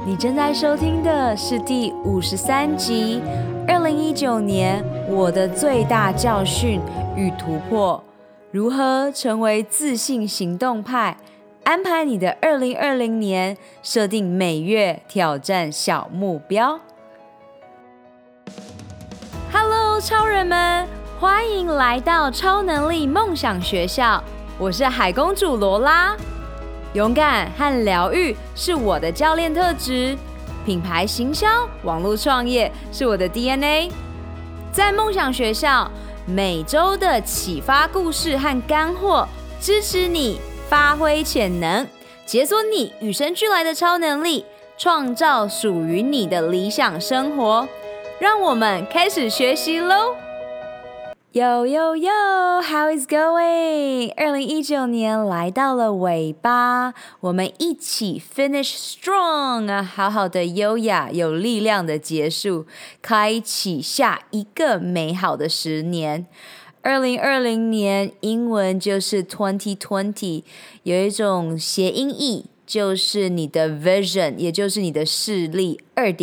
你正在收听的是第53集2019年我的最大教训与突破，如何成为自信行动派，安排你的2020年，设定每月挑战小目标。 Hello 超人们，欢迎来到超能力梦想学校，我是海公主罗拉。勇敢和疗愈是我的教练特质，品牌行销、网络创业是我的 DNA。 在梦想学校，每周的启发故事和干货，支持你发挥潜能，解锁你与生俱来的超能力，创造属于你的理想生活。让我们开始学习咯。Yo yo yo, how is going? 2019年来到了尾巴，我们一起 finish strong 好好的优雅有力量的结束，开启下一个美好的10年。2020年英文就是 2020， 有一种谐音义，就是你的 vision， 也就是你的视力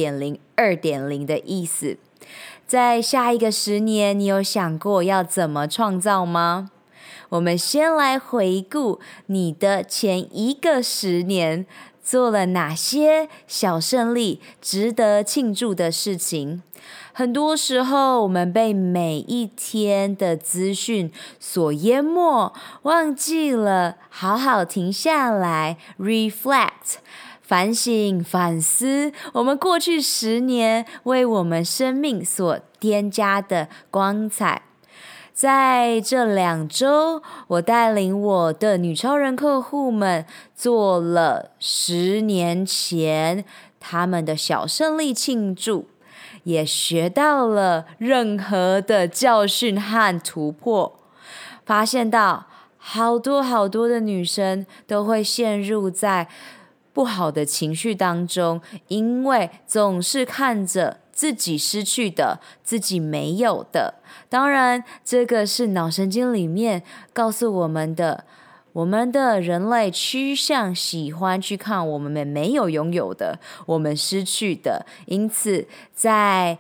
2.0 的意思。在下一个10年，你有想过要怎么创造吗？我们先来回顾你的前一个10年做了哪些小胜利，值得庆祝的事情。很多时候，我们被每一天的资讯所淹没，忘记了好好停下来 reflect。反省反思我们过去10年为我们生命所添加的光彩。在这2周，我带领我的女超人客户们做了10年前他们的小胜利庆祝，也学到了任何的教训和突破，发现到好多的女生都会陷入在不好的情绪当中，因为总是看着自己失去的，自己没有的。当然，这个是脑神经里面告诉我们的，我们的人类趋向喜欢去看我们没有拥有的，我们失去的。因此，在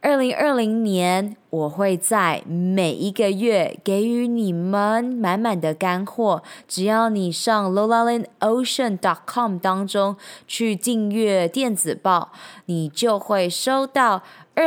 2020年，我会在每一个月给予你们满满的干货。只要你上 lolalandocean.com 当中去订阅电子报，你就会收到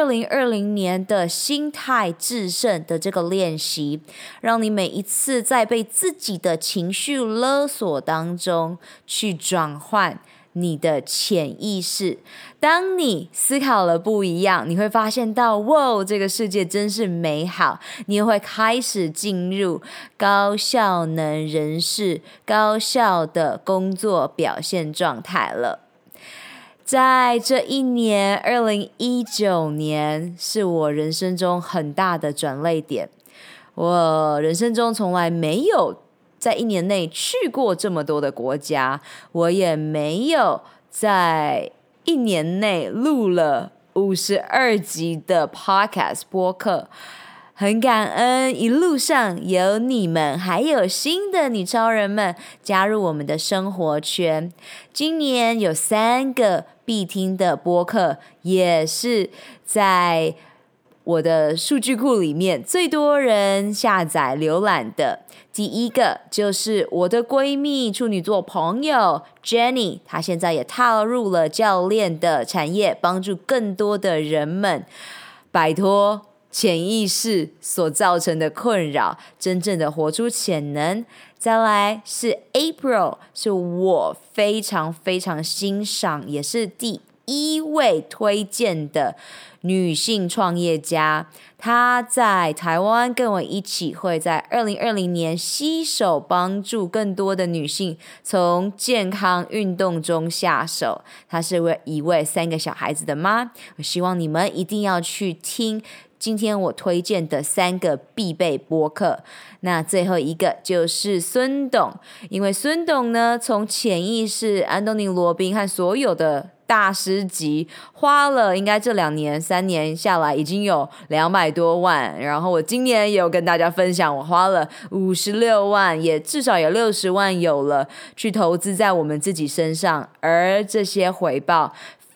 2020年的心态致胜的这个练习，让你每一次在被自己的情绪勒索当中去转换你的潜意识。当你思考了不一样，你会发现到哇，这个世界真是美好，你也会开始进入高效能人士高效的工作表现状态了。在这一年2019年是我人生中很大的转捩点，我人生中从来没有在1年内去过这么多的国家，我也没有在1年内录了52集的 podcast 播客。很感恩一路上有你们还有新的女超人们加入我们的生活圈。今年有3个必听的播客，也是在我的数据库里面最多人下载浏览的。第一个就是我的闺蜜处女座朋友 Jenny， 她现在也踏入了教练的产业，帮助更多的人们摆脱潜意识所造成的困扰，真正的活出潜能。再来是 April， 是我非常欣赏，也是第1位推荐的女性创业家。她在台湾跟我一起会在2020年携手帮助更多的女性从健康运动中下手。她是一位3个小孩子的妈，我希望你们一定要去听今天我推荐的3个必备播客。那最后一个就是孙董，因为孙董呢，从潜意识、安东尼罗宾和所有的大师级花了应该这2年3年下来已经有200多万，然后我今年也有跟大家分享，我花了56万，也至少有60万有了去投资在我们自己身上，而这些回报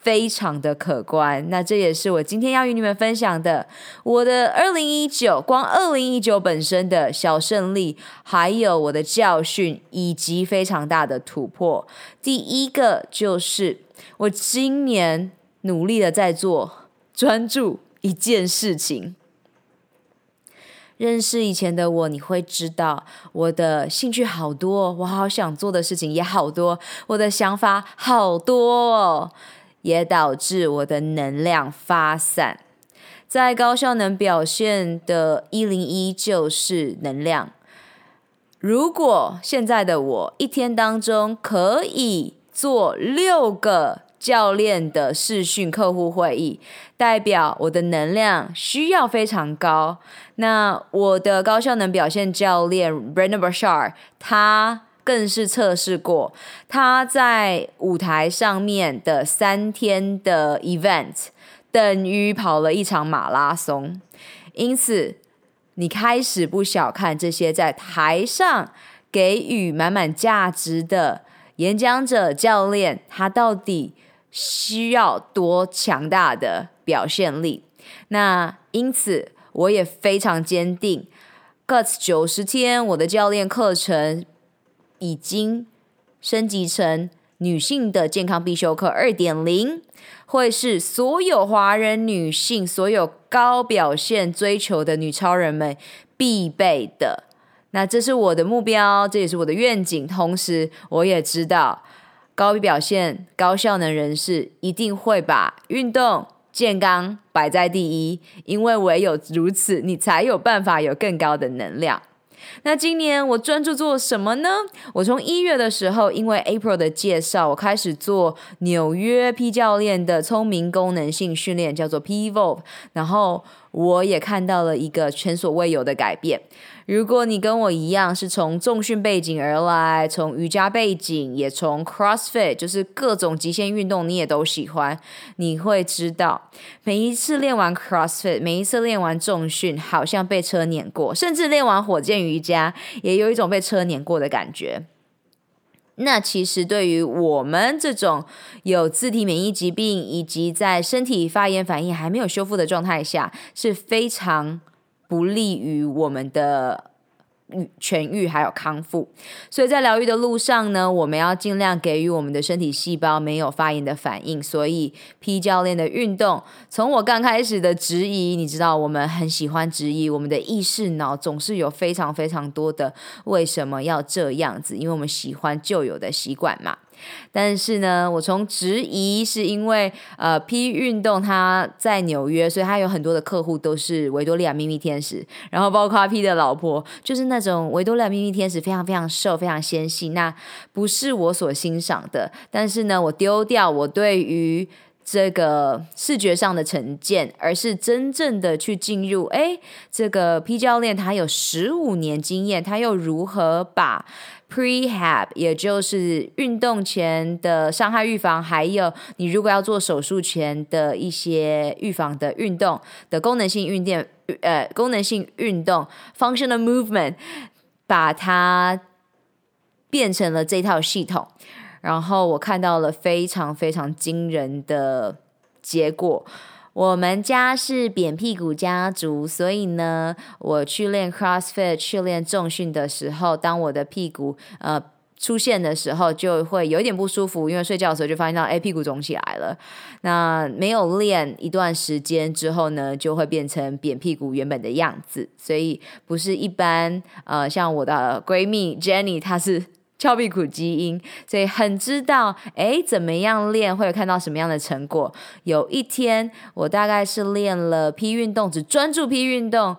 非常的可观。那这也是我今天要与你们分享的，我的2019，光2019本身的小胜利，还有我的教训，以及非常大的突破。第一个就是我今年努力的在做专注一件事情。认识以前的我，你会知道我的兴趣好多，我好想做的事情也好多，我的想法好多也导致我的能量发散。在高效能表现的101就是能量。如果现在的我一天当中可以做6个教练的视讯客户会议，代表我的能量需要非常高。那我的高效能表现教练 Brendon Burchard 他更是测试过，他在舞台上面的3天的 event 等于跑了一场马拉松。因此你开始不小看这些在台上给予满满价值的演讲者教练，他到底需要多强大的表现力。那因此我也非常坚定 Guts 90天我的教练课程已经升级成女性的健康必修课 2.0， 会是所有华人女性，所有高表现追求的女超人们必备的。那这是我的目标，这也是我的愿景。同时我也知道高表现高效能人士一定会把运动健康摆在第一，因为唯有如此你才有办法有更高的能量。那今年我专注做什么呢？我从1月的时候，因为 April 的介绍，我开始做纽约 P 教练的聪明功能性训练，叫做 P Evolve， 然后我也看到了一个前所未有的改变。如果你跟我一样是从重训背景而来，从瑜伽背景，也从 CrossFit 就是各种极限运动你也都喜欢，你会知道每一次练完 CrossFit， 每一次练完重训好像被车碾过，甚至练完火箭瑜伽也有一种被车碾过的感觉。那其实对于我们这种有自体免疫疾病以及在身体发炎反应还没有修复的状态下，是非常不利于我们的痊愈还有康复。所以在疗愈的路上呢，我们要尽量给予我们的身体细胞没有发炎的反应。所以 P 教练的运动，从我刚开始的质疑，你知道我们很喜欢质疑，我们的意识脑总是有非常非常多的为什么要这样子，因为我们喜欢旧有的习惯嘛。但是呢，我从质疑是因为P 运动它在纽约，所以它有很多的客户都是维多利亚秘密天使，然后包括 P 的老婆就是那种维多利亚秘密天使，非常非常瘦，非常纤细，那不是我所欣赏的。但是呢，我丢掉我对于这个视觉上的成见，而是真正的去进入这个 P 教练他有15年经验，他又如何把Prehab 也就是运动前的伤害预防，还有你如果要做手术前的一些预防的运动的功能性运动 functional movement， 把它变成了这套系统。然后我看到了非常非常惊人的结果。我们家是扁屁股家族，所以呢，我去练 CrossFit 去练重训的时候，当我的屁股出现的时候，就会有一点不舒服，因为睡觉的时候就发现到屁股肿起来了。那没有练一段时间之后呢，就会变成扁屁股原本的样子。所以不是一般像我的闺蜜 Jenny 她是翘屁股基因，所以很知道怎么样练会有看到什么样的成果。有一天我大概是练了 P 运动，只专注 P 运动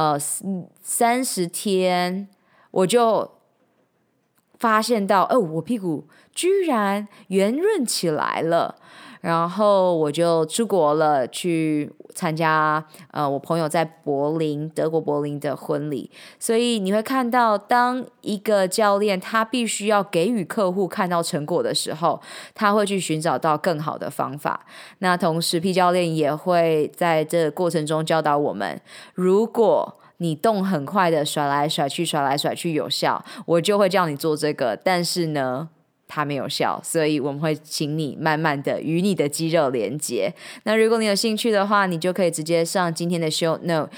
30天，我就发现到我屁股居然圆润起来了。然后我就出国了，去参加我朋友在德国柏林的婚礼。所以你会看到，当一个教练他必须要给予客户看到成果的时候，他会去寻找到更好的方法。那同时 P 教练也会在这个过程中教导我们，如果你动很快的甩来甩去有效，我就会叫你做这个。但是呢， 它没有效，所以我们会请你慢慢的与你的肌肉连接。那如果你有兴趣的话，你就可以直接上今天的 show note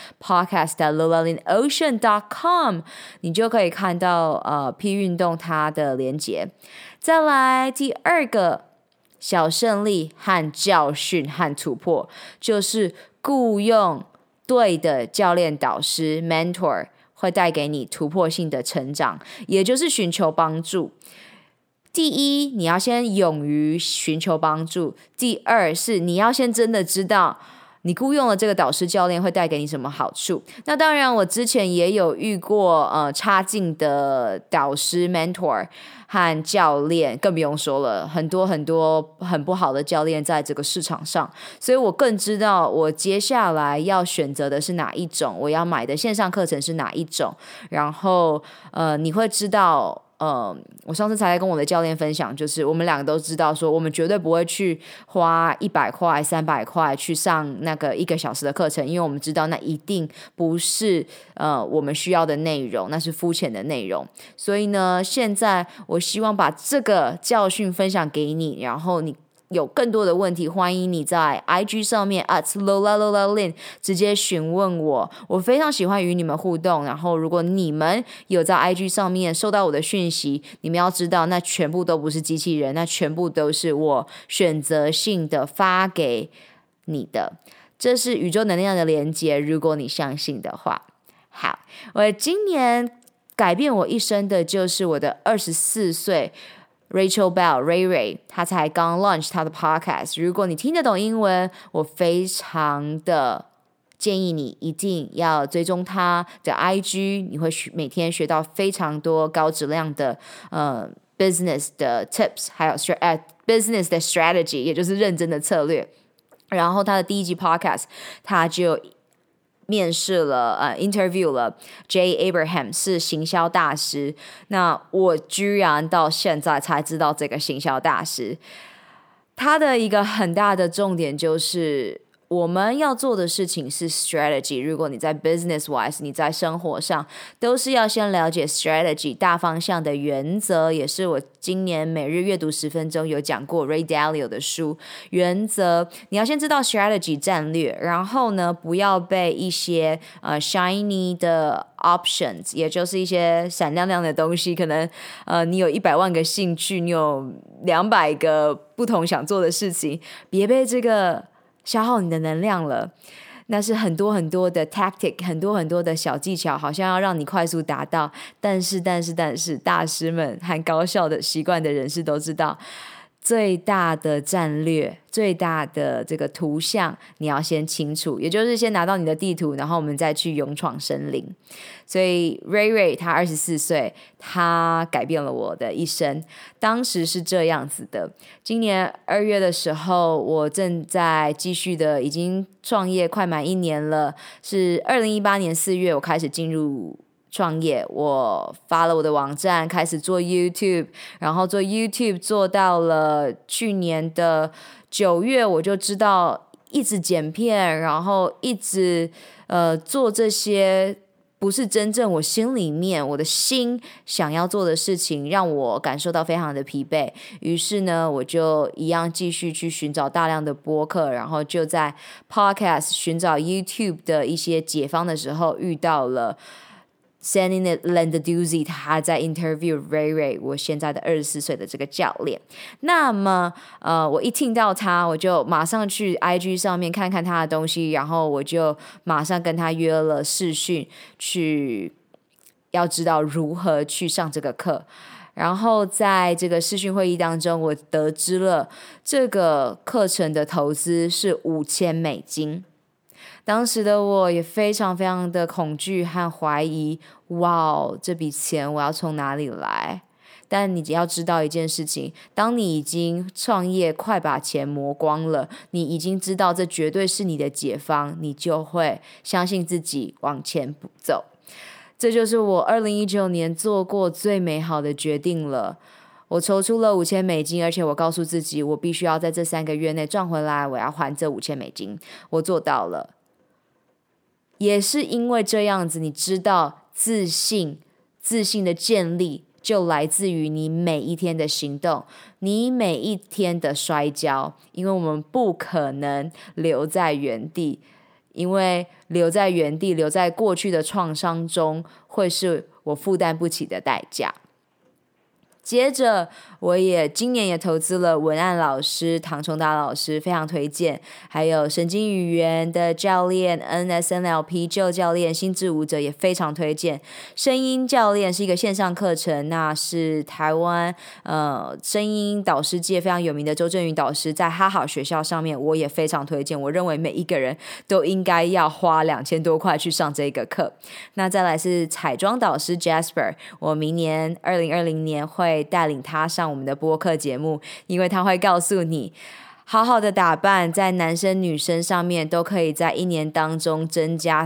podcast.lolalinnocean.com， 你就可以看到P 运动它的连接。再来第二个小胜利和教训和突破，就是雇用对的教练导师 mentor 会带给你突破性的成长，也就是寻求帮助。第一，你要先勇于寻求帮助；第二是你要先真的知道你雇佣了这个导师教练会带给你什么好处。那当然我之前也有遇过差劲的导师 mentor 和教练，更不用说了，很多很多很不好的教练在这个市场上，所以我更知道我接下来要选择的是哪一种，我要买的线上课程是哪一种。然后你会知道我上次才在跟我的教练分享，就是我们两个都知道说，我们绝对不会去花100块、300块去上那个1个小时的课程，因为我们知道那一定不是我们需要的内容，那是肤浅的内容。所以呢，现在我希望把这个教训分享给你，然后你有更多的问题，欢迎你在 IG 上面 @LolaLolaLin 直接询问我，我非常喜欢与你们互动。然后如果你们有在 IG 上面收到我的讯息，你们要知道那全部都不是机器人，那全部都是我选择性的发给你的，这是宇宙能量的连接，如果你相信的话。好，我今年改变我一生的就是我的24岁Rachel Bell Ray， 她才刚 launch 她的 podcast。 如果你听得懂英文，我非常的建议你一定要追踪她的 IG， 你会每天学到非常多高质量的business 的 tips， 还有business 的 strategy， 也就是认真的策略。然后她的第一集 podcast， 她就面试了interview 了 Jay Abraham， 是行销大师。那我居然到现在才知道这个行销大师，他的一个很大的重点就是我们要做的事情是 strategy。 如果你在 business wise， 你在生活上都是要先了解 strategy 大方向的原则，也是我今年每日阅读10分钟有讲过 Ray Dalio 的书原则。你要先知道 strategy 战略，然后呢不要被一些shiny 的 options， 也就是一些闪亮亮的东西，可能你有100万个兴趣，你有200个不同想做的事情，别被这个消耗你的能量了。那是很多很多的 tactic， 很多很多的小技巧，好像要让你快速达到。但是大师们和高效的习惯的人士都知道，最大的战略，最大的这个图像你要先清楚，也就是先拿到你的地图，然后我们再去勇闯森林。所以 Ray 他24岁，他改变了我的一生。当时是这样子的，今年2月的时候，我正在继续的，已经创业快满1年了，是2018年4月我开始进入创业。我发了我的网站，开始做 YouTube， 然后做 YouTube 做到了去年的9月，我就知道一直剪片，然后一直做这些不是真正我心里面我的心想要做的事情，让我感受到非常的疲惫。于是呢，我就一样继续去寻找大量的播客，然后就在 Podcast 寻找 YouTube 的一些解方的时候，遇到了Sandy Lenarduzzi， 他在 interview Ray， 我现在的24岁的这个教练。那么我一听到他，我就马上去 IG 上面看看他的东西，然后我就马上跟他约了视讯，去要知道如何去上这个课。然后在这个视讯会议当中，我得知了这个课程的投资是$5000。当时的我也非常非常的恐惧和怀疑，哇，这笔钱我要从哪里来？但你只要知道一件事情，当你已经创业快把钱磨光了，你已经知道这绝对是你的解方，你就会相信自己往前走。这就是我2019年做过最美好的决定了。我筹出了$5000，而且我告诉自己，我必须要在这3个月内赚回来，我要还这$5000。我做到了。也是因为这样子，你知道自信的建立就来自于你每一天的行动，你每一天的摔跤，因为我们不可能留在原地，因为留在原地，留在过去的创伤中，会是我负担不起的代价。接着我今年也投资了文案老师唐崇达老师，非常推荐，还有神经语言的教练 NSNLP 旧教练心智舞者也非常推荐，声音教练是一个线上课程，那是台湾声音导师界非常有名的周震宇导师，在哈好学校上面我也非常推荐，我认为每一个人都应该要花2000多块去上这个课。那再来是彩妆导师 Jasper， 我明年2020年会带领他上我们的播客节目，因为他会告诉你好好的打扮在男生女生上面都可以在1年当中增加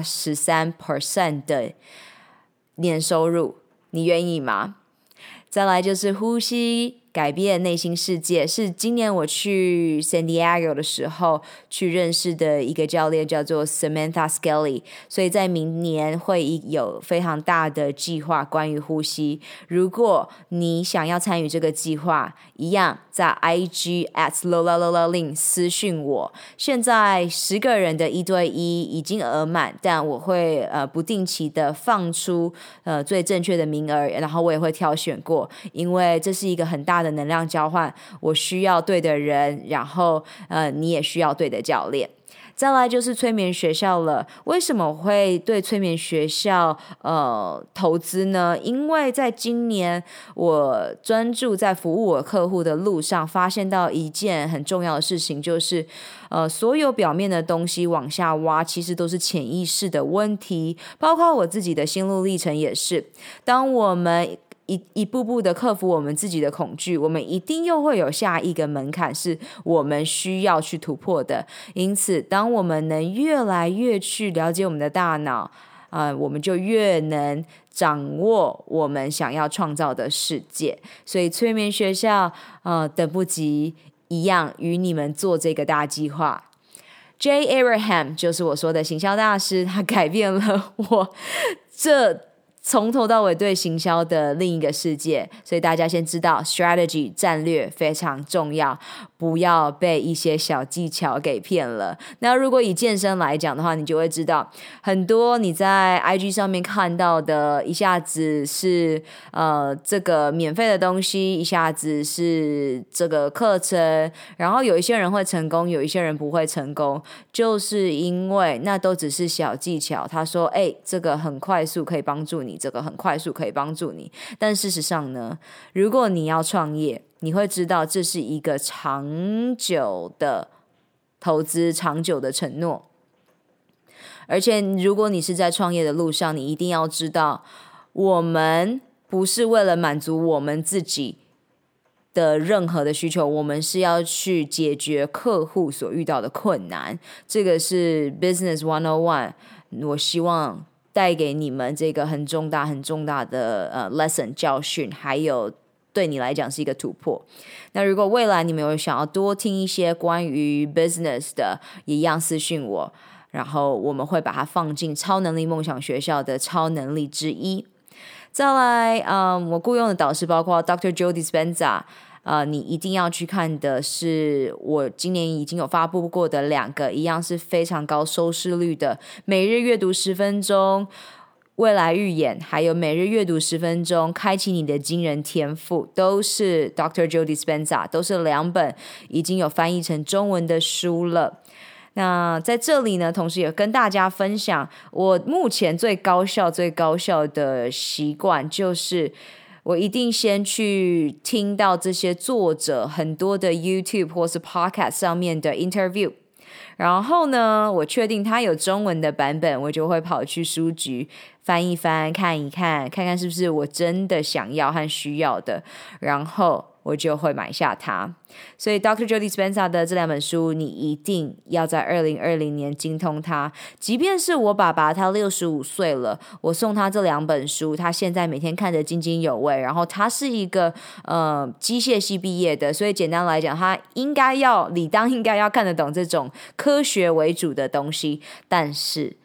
13% 的年收入，你愿意吗？再来就是呼吸改变内心世界，是今年我去 San Diego 的时候去认识的一个教练，叫做 Samantha Skelly， 所以在明年会有非常大的计划关于呼吸。如果你想要参与这个计划，一样在 IG @LolaLolaLin 私讯我。现在10个人的1对1已经额满，但我会不定期的放出最正确的名额，然后我也会挑选过，因为这是一个很大的能量交换，我需要对的人，然后你也需要对的教练。再来就是催眠学校了，为什么我会对催眠学校投资呢？因为在今年我专注在服务我客户的路上，发现到一件很重要的事情，就是所有表面的东西往下挖，其实都是潜意识的问题，包括我自己的心路历程也是。当我们一步步的克服我们自己的恐惧，我们一定又会有下一个门槛是我们需要去突破的。因此当我们能越来越去了解我们的大脑，我们就越能掌握我们想要创造的世界。所以催眠学校等不及，一样与你们做这个大计划。Jay Abraham 就是我说的行销大师，他改变了我从头到尾对行销的另一个世界。所以大家先知道 strategy 战略非常重要，不要被一些小技巧给骗了。那如果以健身来讲的话，你就会知道很多你在 IG 上面看到的，一下子是这个免费的东西，一下子是这个课程，然后有一些人会成功，有一些人不会成功，就是因为那都只是小技巧。他说这个很快速可以帮助你，这个很快速可以帮助你，但事实上呢，如果你要创业，你会知道这是一个长久的投资，长久的承诺。而且如果你是在创业的路上，你一定要知道，我们不是为了满足我们自己的任何的需求，我们是要去解决客户所遇到的困难。这个是 Business 101， 我希望带给你们这个很重大很重大的lesson 教训，还有对你来讲是一个突破。那如果未来你们有想要多听一些关于 business 的，也一样私讯我，然后我们会把它放进超能力梦想学校的超能力之一。再来我雇佣的导师包括 Dr. Joe Dispenza，你一定要去看的是我今年已经有发布过的2个，一样是非常高收视率的每日阅读10分钟未来预演，还有每日阅读10分钟开启你的惊人天赋，都是 Dr. Joe Dispenza， 都是2本已经有翻译成中文的书了。那在这里呢，同时也跟大家分享我目前最高效的习惯，就是我一定先去听到这些作者很多的 YouTube 或是 Podcast 上面的 interview， 然后呢我确定他有中文的版本，我就会跑去书局翻一翻，看一看，看看是不是我真的想要和需要的，然后我就会买下它。所以 Dr. Joe Dispenza 的这2本书你一定要在2020年精通它。即便是我爸爸他65岁了，我送他这2本书，他现在每天看得津津有味，然后他是一个机械系毕业的，所以简单来讲他应该要看得懂这种科学为主的东西。但是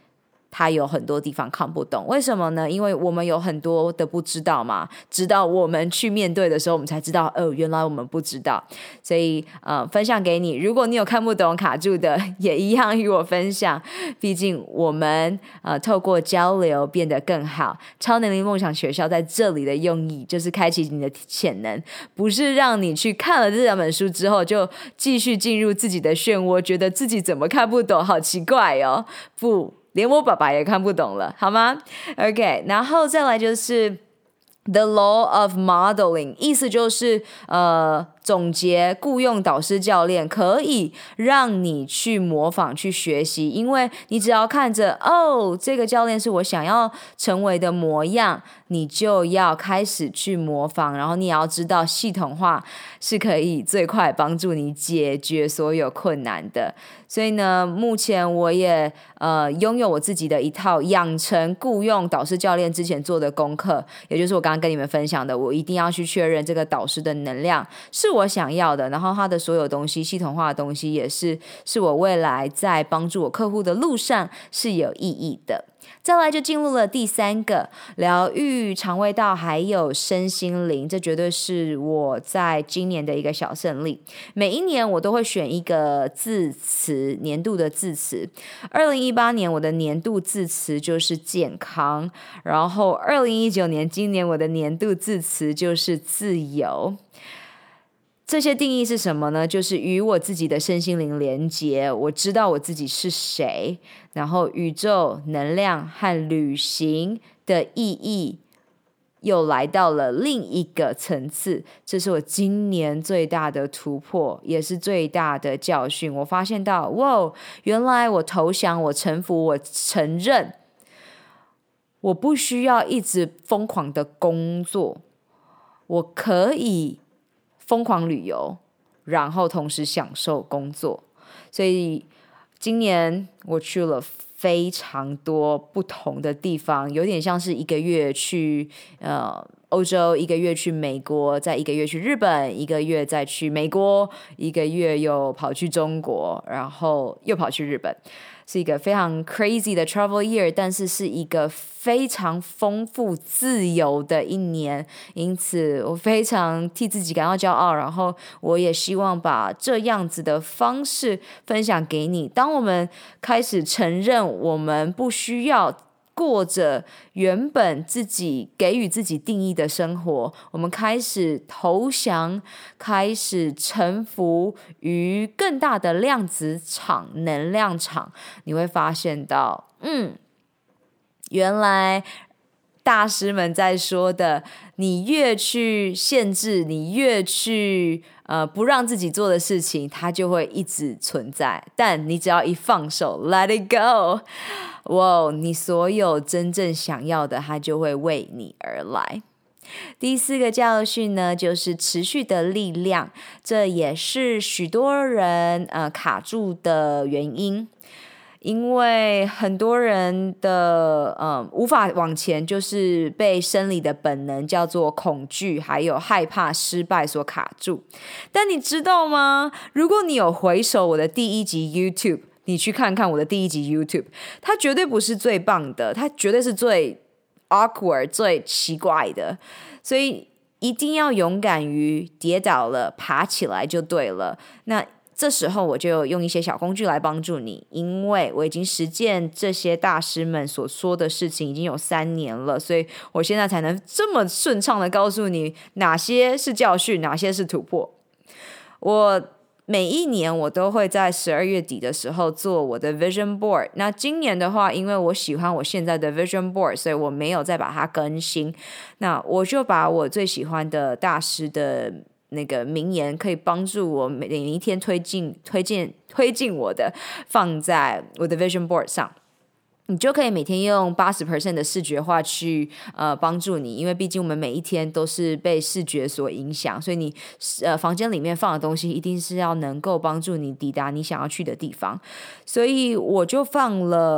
他有很多地方看不懂，为什么呢？因为我们有很多的不知道嘛，直到我们去面对的时候，我们才知道，原来我们不知道。所以分享给你，如果你有看不懂卡住的，也一样与我分享。毕竟我们透过交流变得更好。超能力梦想学校在这里的用意就是开启你的潜能，不是让你去看了这两本书之后就继续进入自己的漩涡，觉得自己怎么看不懂，好奇怪哦。不，连我爸爸也看不懂了，好吗 ？OK， 然后再来就是The Law of Modeling， 意思就是总结雇用导师教练可以让你去模仿去学习，因为你只要看着这个教练是我想要成为的模样，你就要开始去模仿，然后你也要知道系统化是可以最快帮助你解决所有困难的。所以呢，目前我也拥有我自己的一套养成雇用导师教练之前做的功课，也就是我刚刚跟你们分享的，我一定要去确认这个导师的能量是我想要的，然后他的所有东西系统化的东西也是我未来在帮助我客户的路上是有意义的。再来就进入了第三个，疗愈肠胃道还有身心灵，这绝对是我在今年的一个小胜利。每一年我都会选一个字词，年度的字词。2018年我的年度字词就是健康，然后2019年今年我的年度字词就是自由。这些定义是什么呢？就是与我自己的身心灵连结，我知道我自己是谁，然后宇宙能量和旅行的意义又来到了另一个层次，这是我今年最大的突破，也是最大的教训。我发现到，原来我投降，我臣服，我承认，我不需要一直疯狂的工作，我可以疯狂旅游，然后同时享受工作。所以今年我去了非常多不同的地方，有点像是一个月去欧洲，一个月去美国，再一个月去日本，一个月再去美国，一个月又跑去中国，然后又跑去日本。是一个非常 crazy 的 travel year， 但是是一个非常丰富自由的一年，因此我非常替自己感到骄傲，然后我也希望把这样子的方式分享给你。当我们开始承认我们不需要过着原本自己给予自己定义的生活，我们开始投降，开始臣服于更大的量子场、能量场，你会发现到，原来大师们在说的，你越去限制，你越去不让自己做的事情，它就会一直存在。但你只要一放手 ，let it go， 你所有真正想要的，它就会为你而来。第四个教训呢，就是持续的力量，这也是许多人卡住的原因。因为很多人的无法往前，就是被生理的本能叫做恐惧还有害怕失败所卡住。但你知道吗？如果你有回首我的第一集 YouTube， 你去看看我的第一集 YouTube， 它绝对不是最棒的，它绝对是最 awkward 最奇怪的，所以一定要勇敢于跌倒了爬起来就对了。那这时候我就用一些小工具来帮助你，因为我已经实践这些大师们所说的事情已经有3年了，所以我现在才能这么顺畅的告诉你哪些是教训，哪些是突破。我每一年我都会在12月底的时候做我的 Vision Board， 那今年的话，因为我喜欢我现在的 Vision Board， 所以我没有再把它更新，那我就把我最喜欢的大师的那个名言可以帮助我每一天推进我的放在我的 Vision Board 上，你就可以每天用 80% 的视觉化去帮助你，因为毕竟我们每一天都是被视觉所影响，所以你房间里面放的东西一定是要能够帮助你抵达你想要去的地方。所以我就放了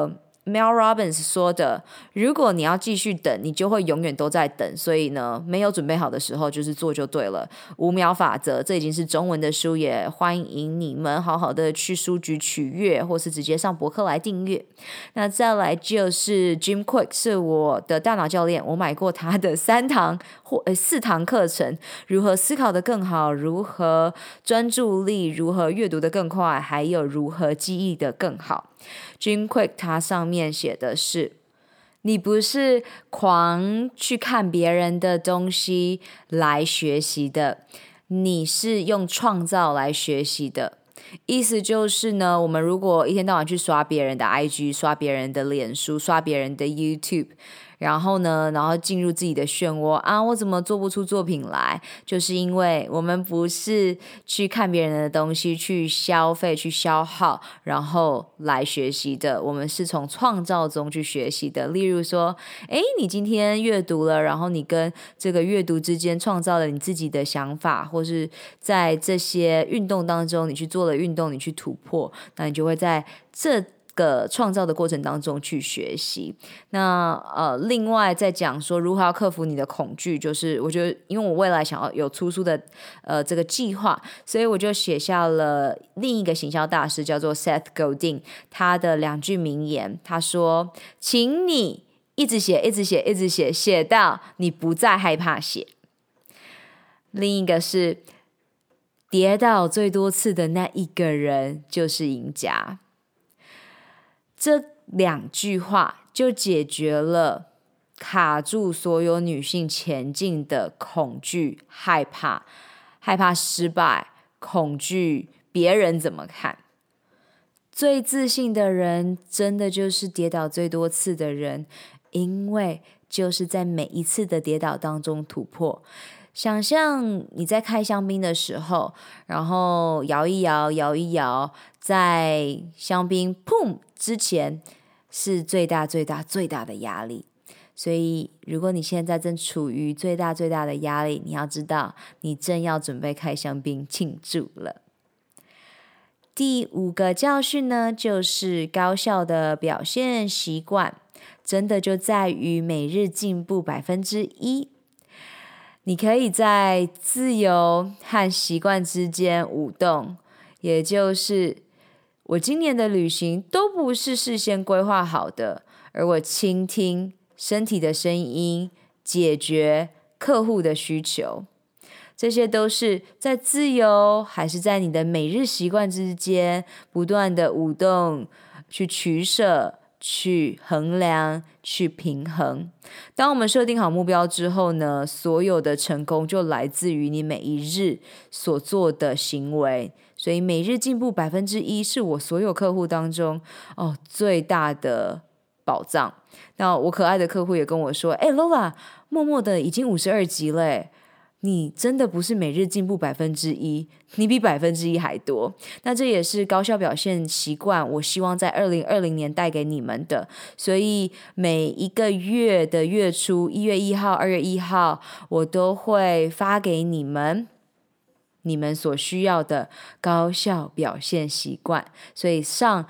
Mel Robbins 说的，如果你要继续等，你就会永远都在等，所以呢，没有准备好的时候就是做就对了。5秒法则，这已经是中文的书，也欢迎你们好好的去书局取阅，或是直接上博客来订阅。那再来就是 Jim Kwik， 是我的大脑教练，我买过他的4堂课程，如何思考得更好，如何专注力，如何阅读得更快，还有如何记忆得更好。Jim Kwik 他上面写的是，你不是狂去看别人的东西来学习的，你是用创造来学习的。意思就是呢，我们如果一天到晚去刷别人的 IG， 刷别人的脸书，刷别人的 YouTube，然后进入自己的漩涡啊，我怎么做不出作品来？就是因为我们不是去看别人的东西，去消费、去消耗，然后来学习的。我们是从创造中去学习的。例如说，你今天阅读了，然后你跟这个阅读之间创造了你自己的想法，或是在这些运动当中，你去做了运动，你去突破，那你就会在这个创造的过程当中去学习。那另外再讲说如何要克服你的恐惧，就是我觉得因为我未来想要有出书的这个计划，所以我就写下了另一个行销大师叫做 Seth Godin， 他的2句名言。他说，请你一直写一直写一直写，写到你不再害怕写。另一个是，跌倒最多次的那一个人就是赢家。这2句话就解决了卡住所有女性前进的恐惧、害怕失败，恐惧别人怎么看。最自信的人真的就是跌倒最多次的人，因为就是在每一次的跌倒当中突破。想象你在开香槟的时候，然后摇一摇，在香槟砰之前是最大的压力。所以如果你现在正处于最大的压力，你要知道你正要准备开香槟庆祝了。第5个教训呢，就是高效的表现习惯真的就在于每日进步1%。你可以在自由和习惯之间舞动，也就是我今年的旅行都不是事先规划好的，而我倾听身体的声音，解决客户的需求。这些都是在自由还是在你的每日习惯之间不断的舞动，去取舍，去衡量，去平衡。当我们设定好目标之后呢，所有的成功就来自于你每一日所做的行为。所以每日进步1%是我所有客户当中最大的宝藏。那我可爱的客户也跟我说，Lola 默默的已经52集了你真的不是每日进步1%，你比1%还多。那这也是高效表现习惯我希望在2020年带给你们的。所以每一个月的月初1月1号2月1号我都会发给你们所需要的高效表现习惯。所以上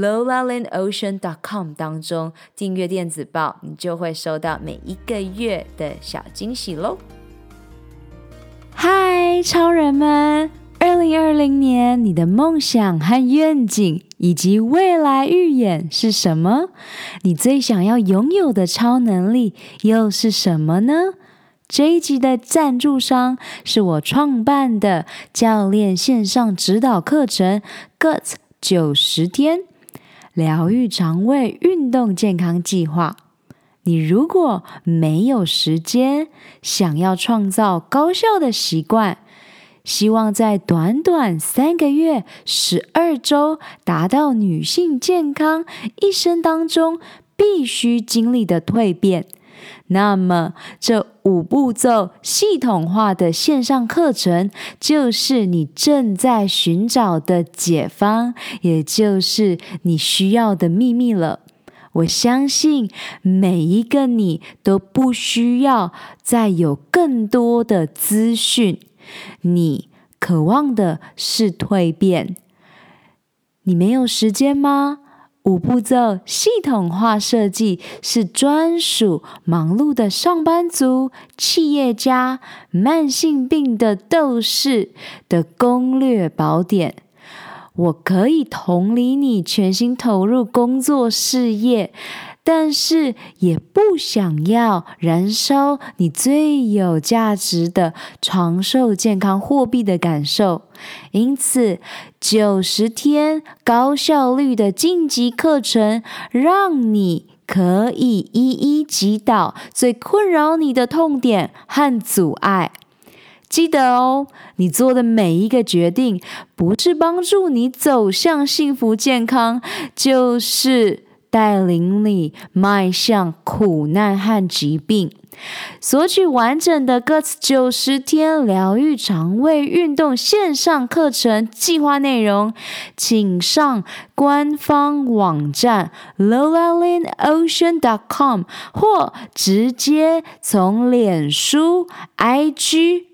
lolalandocean.com 当中订阅电子报，你就会收到每一个月的小惊喜咯。 嗨，超人们！2020年你的梦想和愿景以及未来预演是什么？你最想要拥有的超能力又是什么呢？这一集的赞助商是我创办的教练线上指导课程 Guts 90天疗愈肠胃运动健康计划。你如果没有时间，想要创造高效的习惯，希望在短短3个月12周达到女性健康一生当中必须经历的蜕变，那么这5步骤系统化的线上课程就是你正在寻找的解方，也就是你需要的秘密了。我相信每一个你都不需要再有更多的资讯，你渴望的是蜕变。你没有时间吗？ 5步骤系统化设计是专属忙碌的上班族、企业家、慢性病的斗士的攻略宝典。我可以同理你全心投入工作事业，但是也不想要燃烧你最有价值的长寿健康货币的感受。因此90天高效率的晋级课程，让你可以一一击倒最困扰你的痛点和阻碍。记得哦，你做的每一个决定，不是帮助你走向幸福健康，就是带领你迈向苦难和疾病。索取完整的 Guts 90天疗愈肠胃运动线上课程计划内容，请上官方网站 lolalineocean.com 或直接从脸书 IG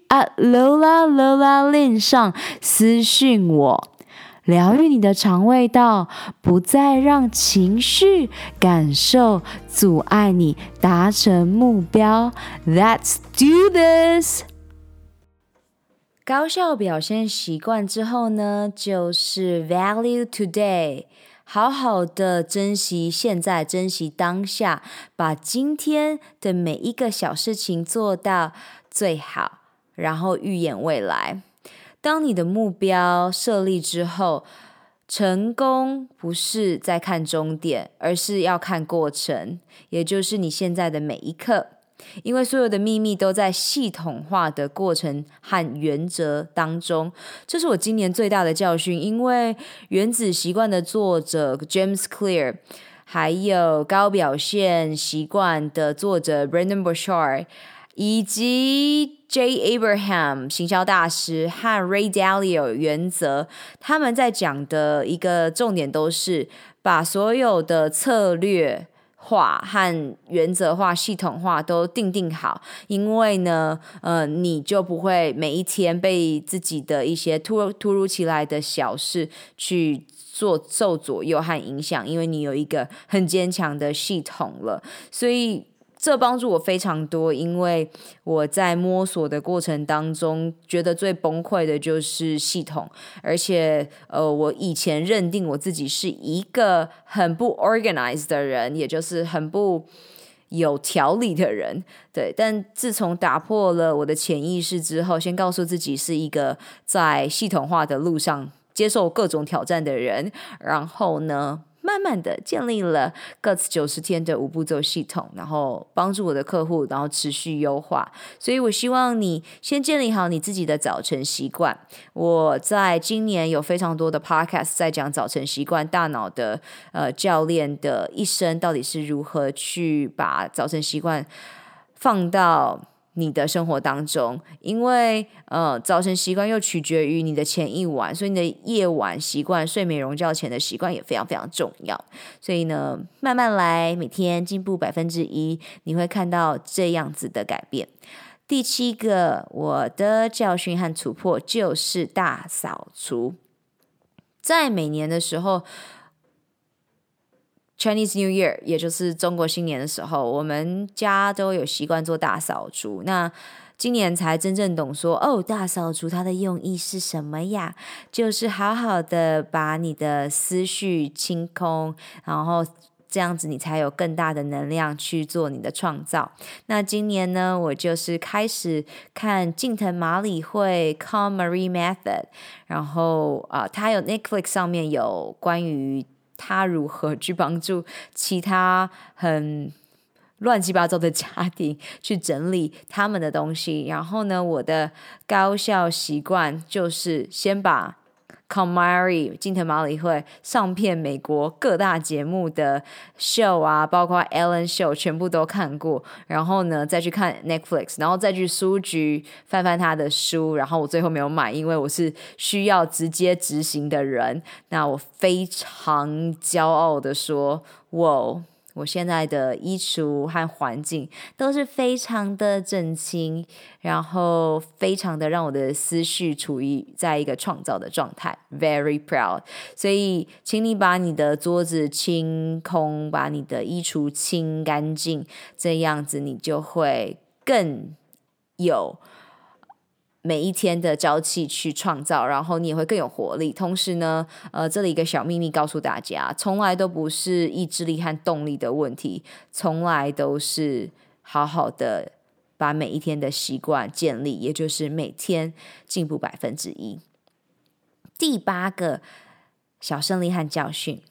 @LolaLolaLin 上私讯我。疗愈你的肠胃道，不再让情绪感受阻碍你达成目标。Let's do this！ 高效表现习惯之后呢，就是 value today， 好好的珍惜现在，珍惜当下，把今天的每一个小事情做到最好，然后预演未来。当你的目标设立之后，成功不是在看终点，而是要看过程，也就是你现在的每一刻。因为所有的秘密都在系统化的过程和原则当中，这是我今年最大的教训。因为原子习惯的作者 James Clear， 还有高表现习惯的作者 Brendon Burchard， 以及 Jay Abraham 行销大师和 Ray Dalio 原则，他们在讲的一个重点都是把所有的策略化和原则化、系统化都定好，因为呢，你就不会每一天被自己的一些突如其来的小事去受左右和影响，因为你有一个很坚强的系统了，所以这帮助我非常多。因为我在摸索的过程当中，觉得最崩溃的就是系统，而且我以前认定我自己是一个很不 organized 的人，也就是很不有条理的人，对。但自从打破了我的潜意识之后，先告诉自己是一个在系统化的路上接受各种挑战的人，然后呢慢慢的建立了 Guts 90天的5步骤系统，然后帮助我的客户，然后持续优化。所以我希望你先建立好你自己的早晨习惯。我在今年有非常多的 podcast 在讲早晨习惯，大脑的教练的一生到底是如何去把早晨习惯放到你的生活当中。因为早晨习惯又取决于你的前一晚，所以你的夜晚习惯、睡眠容觉前的习惯也非常非常重要。所以呢，慢慢来，每天进步1%，你会看到这样子的改变。第7个我的教训和突破就是大扫除。在每年的时候Chinese New Year， 也就是中国新年的时候，我们家都有习惯做大扫除。那今年才真正懂说，大扫除它的用意是什么呀？就是好好的把你的思绪清空，然后这样子你才有更大的能量去做你的创造。那今年呢，我就是开始看近藤麻里惠 Calm Marie Method， 然后它有 Netflix 上面有关于他如何去帮助其他很乱七八糟的家庭去整理他们的东西。然后呢，我的高效习惯就是先把KonMari 近藤麻里惠上片美国各大节目的 show 啊，包括 Ellen Show 全部都看过，然后呢再去看 Netflix， 然后再去书局翻翻他的书，然后我最后没有买，因为我是需要直接执行的人。那我非常骄傲的说，我我现在的衣橱和环境都是非常的整齐，然后非常的让我的思绪处于在一个创造的状态 very proud。 所以请你把你的桌子清空，把你的衣橱清干净，这样子你就会更有每一天的朝气去创造，然后你也会更有活力。同时呢，这里一个小秘密告诉大家，从来都不是意志力和动力的问题，从来都是好好的把每一天的习惯建立，也就是每天进步1%。第8个小胜利和教训，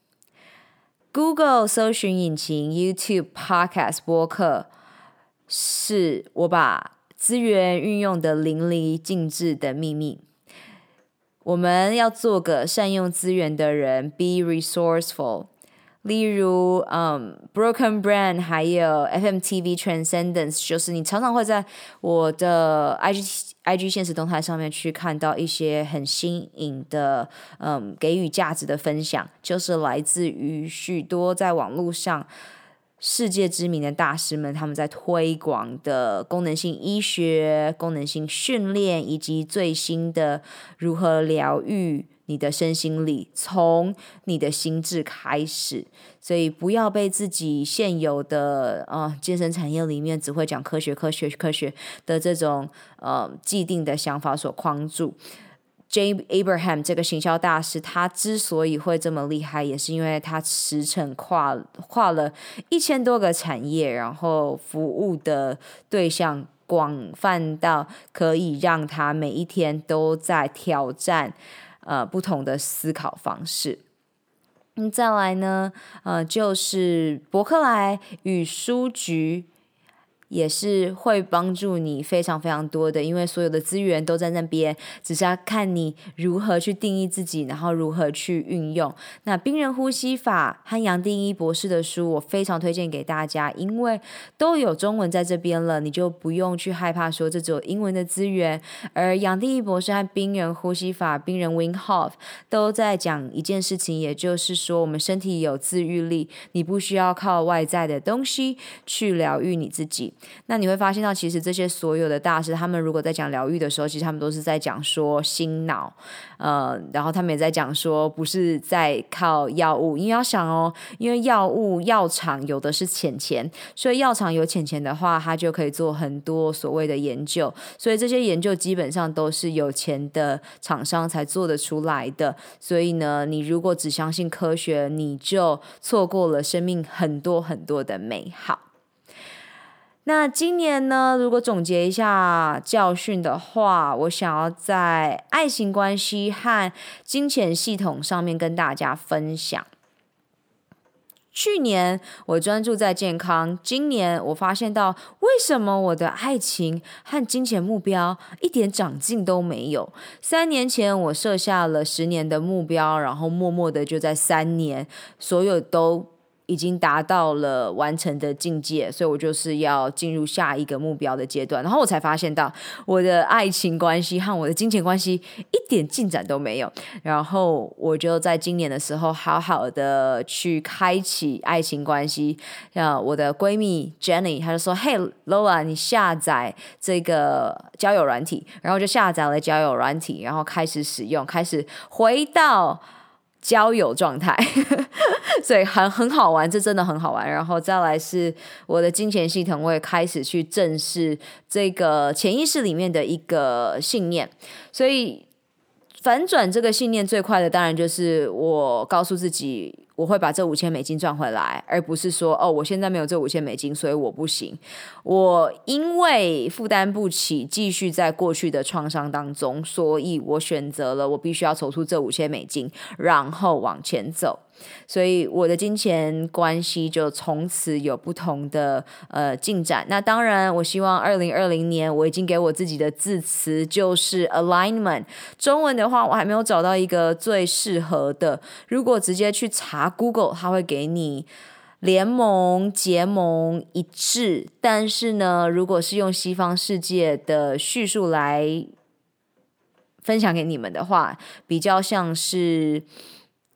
Google 搜寻引擎、 YouTube Podcast 播客是我把资源运用的淋漓尽致的秘密。我们要做个善用资源的人， be resourceful。 例如Broken Brand 还有 FMTV Transcendence， 就是你常常会在我的 IG 现实动态上面去看到一些很新颖的给予价值的分享，就是来自于许多在网络上世界知名的大师们，他们在推广的功能性医学、功能性训练，以及最新的如何疗愈你的身心理，从你的心智开始。所以不要被自己现有的健身产业里面只会讲科学的这种既定的想法所框住。Jay Abraham 这个行销大师，他之所以会这么厉害，也是因为他驰骋跨了1000多个产业，然后服务的对象广泛到可以让他每一天都在挑战不同的思考方式。再来呢，就是博客来与书局也是会帮助你非常非常多的，因为所有的资源都在那边，只是要看你如何去定义自己，然后如何去运用。那冰人呼吸法和杨定一博士的书我非常推荐给大家，因为都有中文在这边了，你就不用去害怕说这只有英文的资源。而杨定一博士和冰人呼吸法，冰人 Wim Hof 都在讲一件事情，也就是说我们身体有自愈力，你不需要靠外在的东西去疗愈你自己。那你会发现到其实这些所有的大师，他们如果在讲疗愈的时候，其实他们都是在讲说心脑，然后他们也在讲说不是在靠药物，因为要想因为药物药厂有的是钱，所以药厂有钱的话，他就可以做很多所谓的研究，所以这些研究基本上都是有钱的厂商才做得出来的。所以呢，你如果只相信科学，你就错过了生命很多很多的美好。那今年呢，如果总结一下教训的话，我想要在爱情关系和金钱系统上面跟大家分享。去年我专注在健康，今年我发现到为什么我的爱情和金钱目标一点长进都没有。3年前我设下了10年的目标，然后默默的就在3年所有都已经达到了完成的境界，所以我就是要进入下一个目标的阶段。然后我才发现到我的爱情关系和我的金钱关系一点进展都没有，然后我就在今年的时候好好的去开启爱情关系。我的闺蜜 Jenny 她就说 Hey Lola 你下载这个交友软体，然后就下载了交友软体，然后开始使用，开始回到交友状态所以很好玩，这真的很好玩。然后再来是我的金钱系统，我也开始去正视这个潜意识里面的一个信念。所以反转这个信念最快的当然就是我告诉自己我会把这$5000赚回来，而不是说我现在没有这$5000所以我不行。我因为负担不起继续在过去的创伤当中，所以我选择了我必须要筹出这$5000，然后往前走。所以我的金钱关系就从此有不同的进展。那当然我希望2020年我已经给我自己的字词就是 alignment， 中文的话我还没有找到一个最适合的。如果直接去查 Google， 它会给你联盟、结盟、一致，但是呢如果是用西方世界的叙述来分享给你们的话，比较像是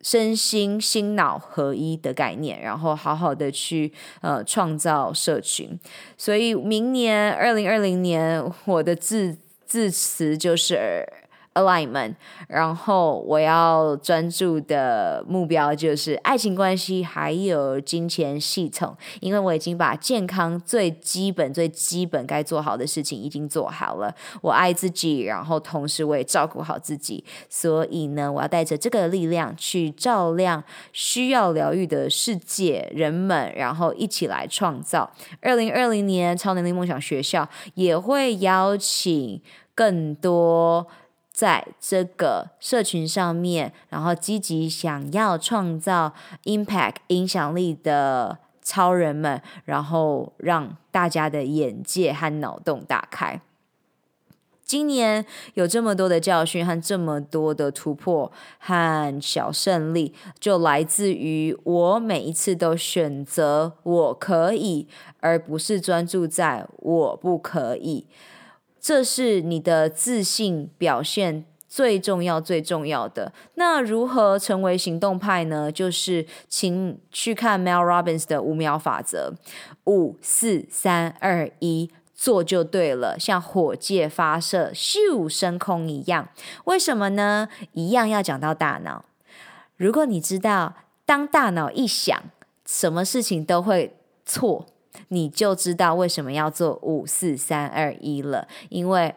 身心心脑合一的概念，然后好好的去创造社群。所以明年2020年我的字词就是alignment， 然后我要专注的目标就是爱情关系还有金钱系统，因为我已经把健康最基本该做好的事情已经做好了，我爱自己，然后同时我也照顾好自己，所以呢，我要带着这个力量去照亮需要疗愈的世界人们，然后一起来创造。2020年超能力梦想学校也会邀请更多在这个社群上面，然后积极想要创造 impact 影响力的超人们，然后让大家的眼界和脑洞打开。今年有这么多的教训和这么多的突破和小胜利，就来自于我每一次都选择我可以，而不是专注在我不可以。这是你的自信表现最重要的。那如何成为行动派呢？就是请去看 Mel Robbins 的5秒法则，5、4、3、2、1，做就对了，像火箭发射咻升空一样。为什么呢？一样要讲到大脑。如果你知道当大脑一想，什么事情都会错，你就知道为什么要做5、4、3、2、1了。因为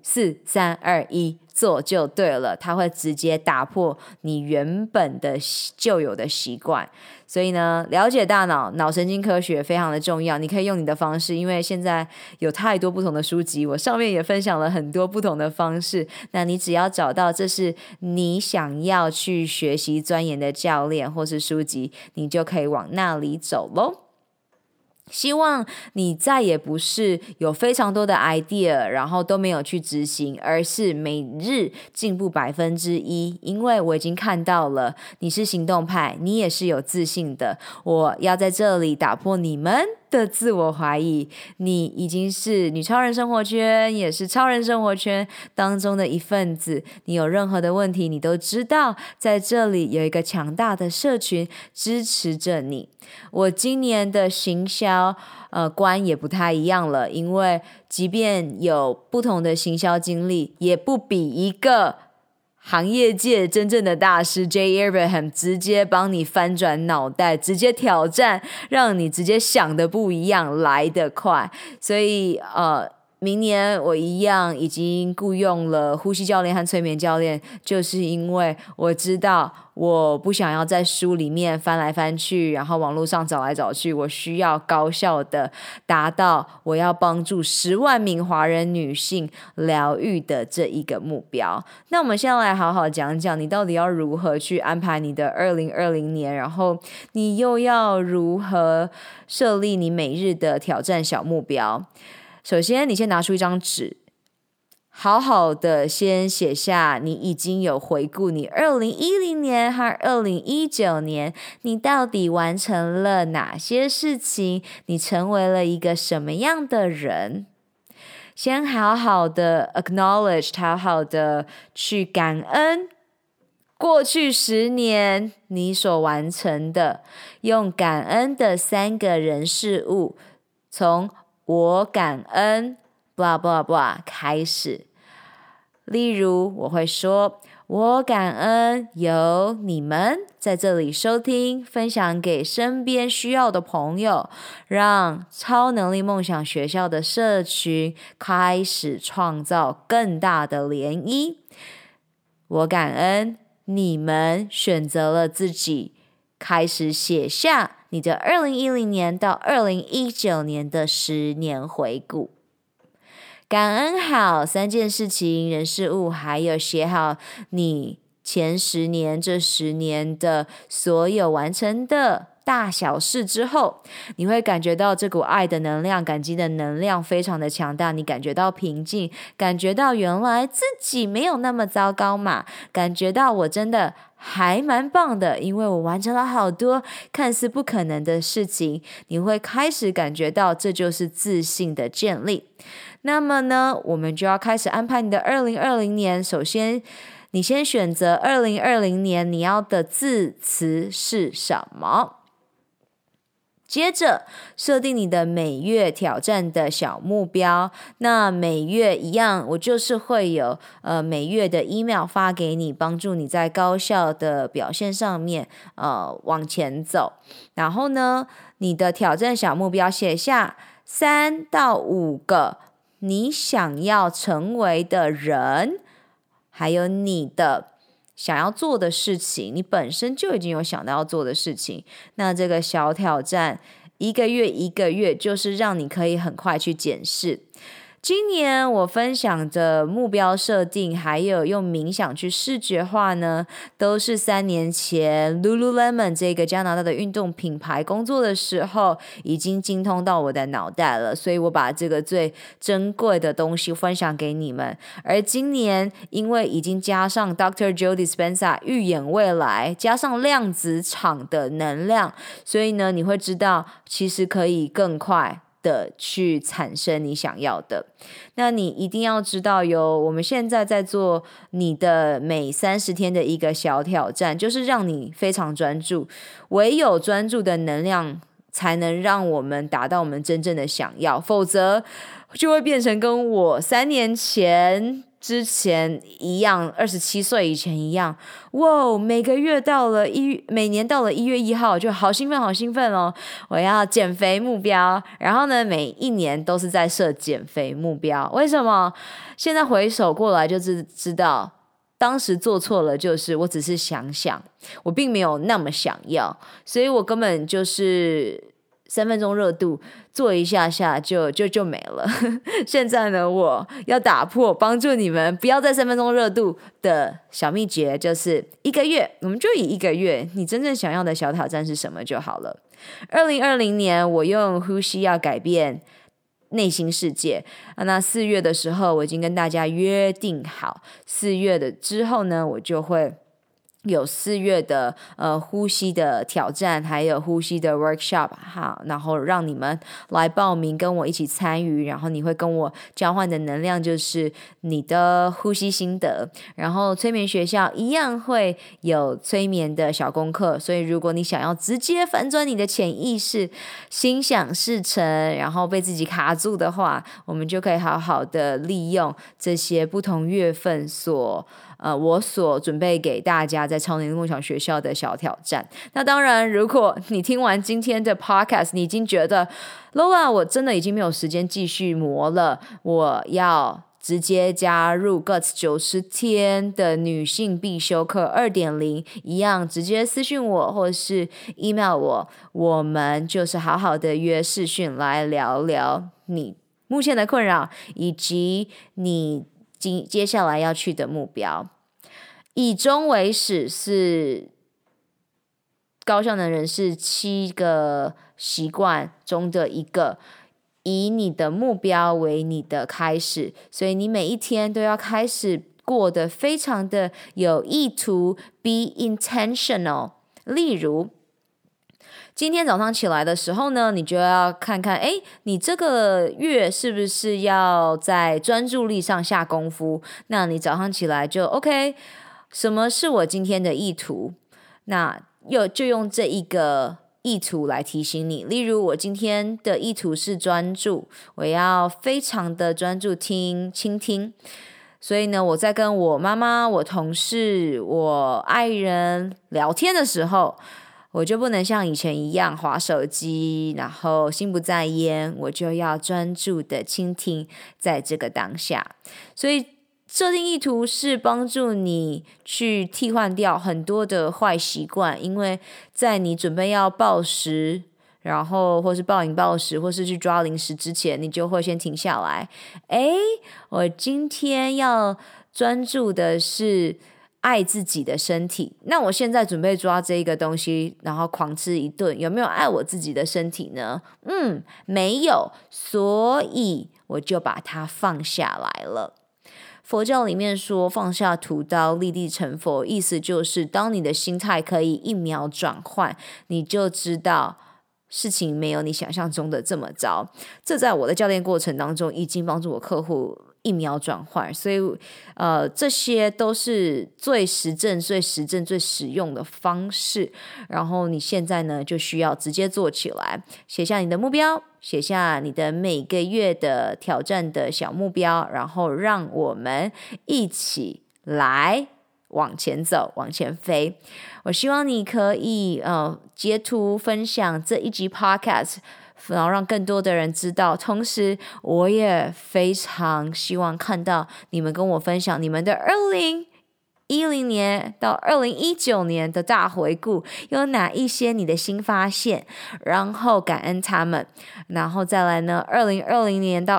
5、4、3、2、1做就对了，它会直接打破你原本的旧有的习惯。所以呢，了解大脑，脑神经科学非常的重要。你可以用你的方式，因为现在有太多不同的书籍，我上面也分享了很多不同的方式。那你只要找到这是你想要去学习钻研的教练或是书籍，你就可以往那里走咯。希望你再也不是有非常多的 idea 然后都没有去执行，而是每日进步1%，因为我已经看到了你是行动派，你也是有自信的。我要在这里打破你们的自我怀疑，你已经是女超人生活圈，也是超人生活圈当中的一份子。你有任何的问题，你都知道在这里有一个强大的社群支持着你。我今年的行销观也不太一样了，因为即便有不同的行销经历，也不比一个行业界真正的大师 Jay Abraham 直接帮你翻转脑袋，直接挑战，让你直接想的不一样来得快。所以明年我一样已经雇用了呼吸教练和催眠教练，就是因为我知道我不想要在书里面翻来翻去，然后网络上找来找去，我需要高效的达到我要帮助10万名华人女性疗愈的这一个目标。那我们现在来好好讲讲，你到底要如何去安排你的2020年，然后你又要如何设立你每日的挑战小目标。首先你先拿出一张纸，好好的先写下你已经有回顾你2010年和2019年你到底完成了哪些事情，你成为了一个什么样的人。先好好的 acknowledge， 好好的去感恩过去10年你所完成的，用感恩的3个人事物，从我感恩 blah blah blah 开始。例如我会说，我感恩有你们在这里收听分享给身边需要的朋友，让超能力梦想学校的社群开始创造更大的涟漪。我感恩你们选择了自己开始写下你的2010年到2019年的10年回顾。感恩好3件事情、人事物，还有写好你前10年这10年的所有完成的大小事之后，你会感觉到这股爱的能量、感激的能量非常的强大，你感觉到平静，感觉到原来自己没有那么糟糕嘛，感觉到我真的还蛮棒的，因为我完成了好多看似不可能的事情，你会开始感觉到这就是自信的建立。那么呢，我们就要开始安排你的2020年。首先你先选择2020年你要的字词是什么。接着设定你的每月挑战的小目标，那每月一样，我就是会有每月的 email 发给你，帮助你在高效的表现上面往前走。然后呢，你的挑战小目标写下3到5个你想要成为的人，还有你的想要做的事情，你本身就已经有想到要做的事情。那这个小挑战一个月就是让你可以很快去检视。今年我分享的目标设定还有用冥想去视觉化呢，都是3年前 Lululemon 这个加拿大的运动品牌工作的时候已经精通到我的脑袋了，所以我把这个最珍贵的东西分享给你们。而今年因为已经加上 Dr. Joe Dispenza 预演未来，加上量子场的能量，所以呢，你会知道其实可以更快的去产生你想要的。那你一定要知道我们现在在做你的每30天的一个小挑战，就是让你非常专注，唯有专注的能量才能让我们达到我们真正的想要，否则就会变成跟我3年前之前一样，27岁以前一样，哇，每年到了1月1号就好兴奋哦，我要减肥目标，然后呢，每一年都是在设减肥目标。为什么？现在回首过来就知道当时做错了，就是我只是想，我并没有那么想要，所以我根本就是3分钟热度，做一下就没了。现在呢，我要打破帮助你们不要在3分钟热度的小秘诀，就是1个月，我们就以1个月你真正想要的小挑战是什么就好了。2020年我用呼吸要改变内心世界，那4月的时候我已经跟大家约定好，4月的之后呢，我就会有4月的呼吸的挑战，还有呼吸的 workshop 哈，然后让你们来报名跟我一起参与，然后你会跟我交换的能量就是你的呼吸心得，然后催眠学校一样会有催眠的小功课，所以如果你想要直接反转你的潜意识，心想事成，然后被自己卡住的话，我们就可以好好的利用这些不同月份我所准备给大家在超能力梦想学校的小挑战。那当然，如果你听完今天的 podcast， 你已经觉得 Lola 我真的已经没有时间继续磨了，我要直接加入 Guts 90天的女性必修课 2.0， 一样直接私讯我或是 email 我们就是好好的约视讯来聊聊你目前的困扰以及你接下来要去的目标。以终为始是高效能人士7个习惯中的一个，以你的目标为你的开始，所以你每一天都要开始过得非常的有意图 be intentional。 例如今天早上起来的时候呢，你就要看看你这个月是不是要在专注力上下功夫，那你早上起来就 OK， 什么是我今天的意图，那就用这一个意图来提醒你。例如我今天的意图是专注，我要非常的专注倾听，所以呢，我在跟我妈妈、我同事、我爱人聊天的时候，我就不能像以前一样滑手机，然后心不在焉，我就要专注的倾听在这个当下。所以设定意图是帮助你去替换掉很多的坏习惯，因为在你准备要暴食，然后或是暴饮暴食，或是去抓零食之前，你就会先停下来。我今天要专注的是爱自己的身体，那我现在准备抓这一个东西，然后狂吃一顿，有没有爱我自己的身体呢？没有，所以我就把它放下来了。佛教里面说放下屠刀立地成佛，意思就是当你的心态可以1秒转换，你就知道事情没有你想象中的这么糟。这在我的教练过程当中已经帮助我客户一秒转换，所以这些都是最实证、最实用的方式。然后你现在呢，就需要直接做起来，写下你的目标，写下你的每个月的挑战的小目标，然后让我们一起来往前走，往前飞。我希望你可以截图分享这一集 podcast，然后让更多的人知道。同时我也非常希望看到你们跟我分享你们的2010年到2019年的大回顾，有哪一些你的新发现，然后感恩他们。然后再来呢，2020年到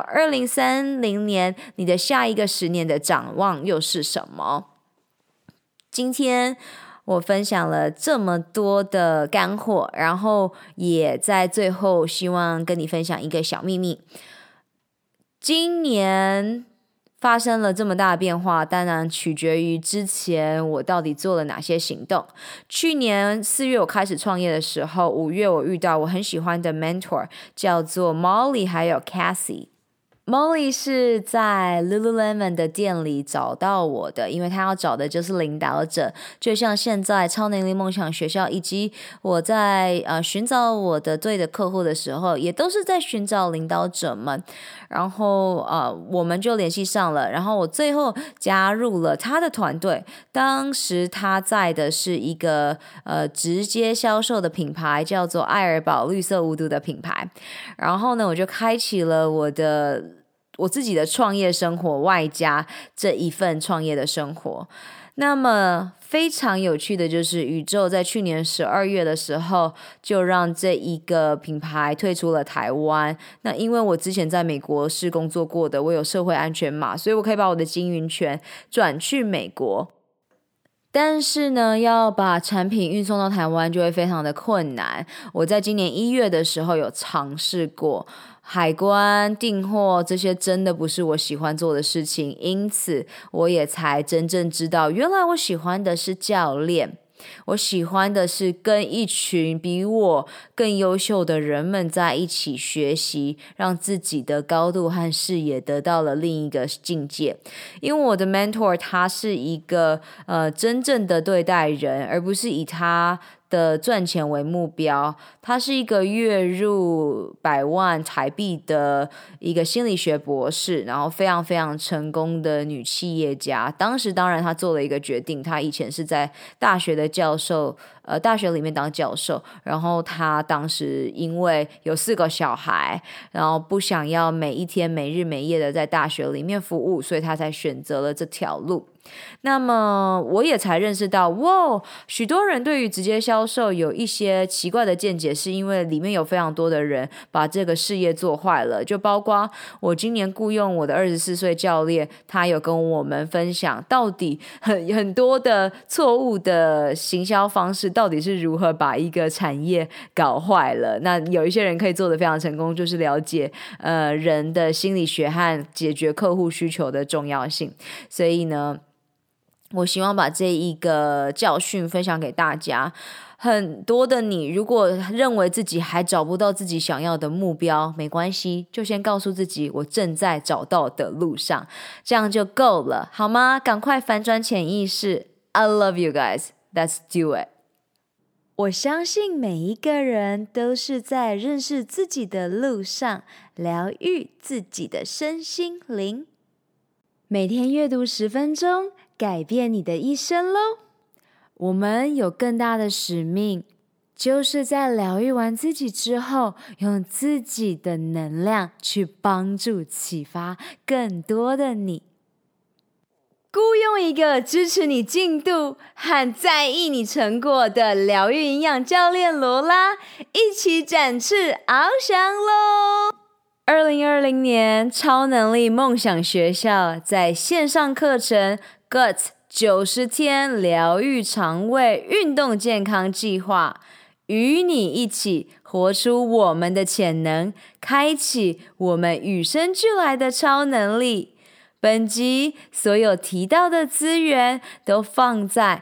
2030年你的下一个10年的展望又是什么？今天我分享了这么多的干货，然后也在最后希望跟你分享一个小秘密。今年发生了这么大的变化，当然取决于之前我到底做了哪些行动。去年4月我开始创业的时候，5月我遇到我很喜欢的 mentor， 叫做 Molly 还有 Cassie。Molly 是在 Lululemon 的店里找到我的，因为他要找的就是领导者，就像现在超能力梦想学校以及我在寻找我的对的客户的时候，也都是在寻找领导者们。然后我们就联系上了，然后我最后加入了他的团队。当时他在的是一个直接销售的品牌，叫做爱尔宝绿色无毒的品牌。然后呢，我就开启了我自己的创业生活，外加这一份创业的生活。那么非常有趣的就是宇宙在去年12月的时候就让这一个品牌退出了台湾。那因为我之前在美国是工作过的，我有社会安全码，所以我可以把我的经营权转去美国。但是呢，要把产品运送到台湾就会非常的困难。我在今年1月的时候有尝试过，海关订货这些真的不是我喜欢做的事情，因此我也才真正知道，原来我喜欢的是教练。我喜欢的是跟一群比我更优秀的人们在一起学习，让自己的高度和视野得到了另一个境界。因为我的 mentor 他是一个真正的对待人，而不是以他的赚钱为目标。他是一个月入100万台币的一个心理学博士，然后非常非常成功的女企业家。当时当然他做了一个决定，他以前是在大学的教授，大学里面当教授，然后他当时因为有4个小孩，然后不想要每一天没日没夜的在大学里面服务，所以他才选择了这条路。那么我也才认识到，哇，许多人对于直接销售有一些奇怪的见解，是因为里面有非常多的人把这个事业做坏了。就包括我今年雇佣我的24岁教练，他有跟我们分享到底很多的错误的行销方式到底是如何把一个产业搞坏了。那有一些人可以做得非常成功，就是了解人的心理学和解决客户需求的重要性。所以呢，我希望把这一个教训分享给大家。很多的你如果认为自己还找不到自己想要的目标，没关系，就先告诉自己我正在找到的路上，这样就够了，好吗？赶快反转潜意识。 I love you guys, let's do it。 我相信每一个人都是在认识自己的路上，疗愈自己的身心灵。每天阅读10分钟，改变你的一生咯。我们有更大的使命，就是在疗愈完自己之后，用自己的能量去帮助启发更多的你。雇佣一个支持你进度和在意你成果的疗愈营养教练罗拉，一起展翅翱翔咯。2020年超能力梦想学校在线上课程 Guts 90天疗愈肠胃运动健康计划，与你一起活出我们的潜能，开启我们与生俱来的超能力。本集所有提到的资源都放在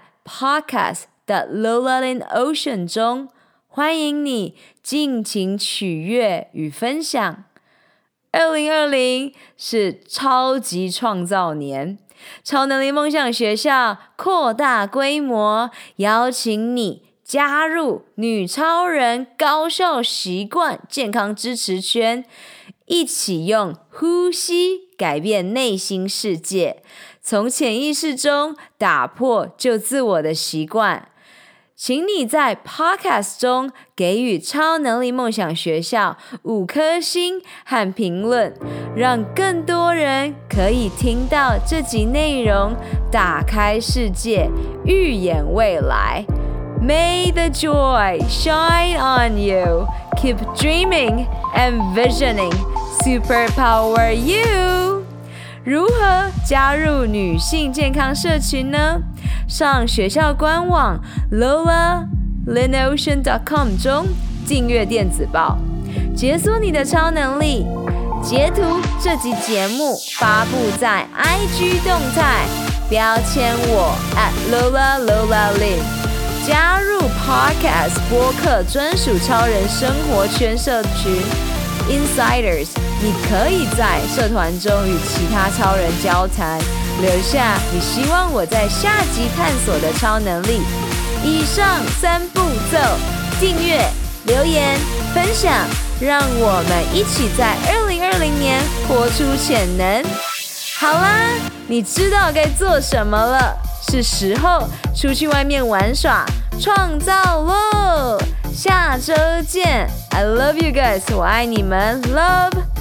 podcast.lolainOcean 中，欢迎你尽情取阅与分享。 2020是超级创造年，超能力梦想学校扩大规模，邀请你加入女超人高效习惯健康支持圈，一起用呼吸改变内心世界，从潜意识中打破旧自我的习惯。请你在 Podcast 中给予超能力梦想学校5颗星和评论，让更多人可以听到这集内容，打开世界，预演未来。May the joy shine on you. Keep dreaming and visioning. Superpower you. 如何加入女性健康社群呢？上学校官网 lolalynocean.com 中订阅电子报，解锁你的超能力。截图这集节目发布在 IG 动态，标签我 @LolaLolaLin， 加入 Podcast 播客专属超人生活圈社群 Insiders， 你可以在社团中与其他超人交谈，留下你希望我在下集探索的超能力。以上3步骤：订阅、留言、分享，让我们一起在2020年活出潜能。好啦，你知道该做什么了，是时候出去外面玩耍创造咯。下周见，I love you guys， 我爱你们 ，Love。